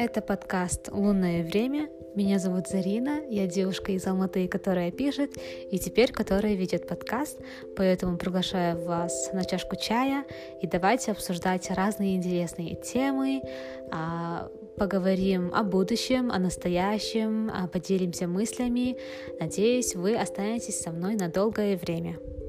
Это подкаст «Лунное время». Меня зовут Зарина, я девушка из Алматы, которая пишет, и теперь которая ведет подкаст, поэтому приглашаю вас на чашку чая и давайте обсуждать разные интересные темы, поговорим о будущем, о настоящем, поделимся мыслями. Надеюсь, вы останетесь со мной на долгое время.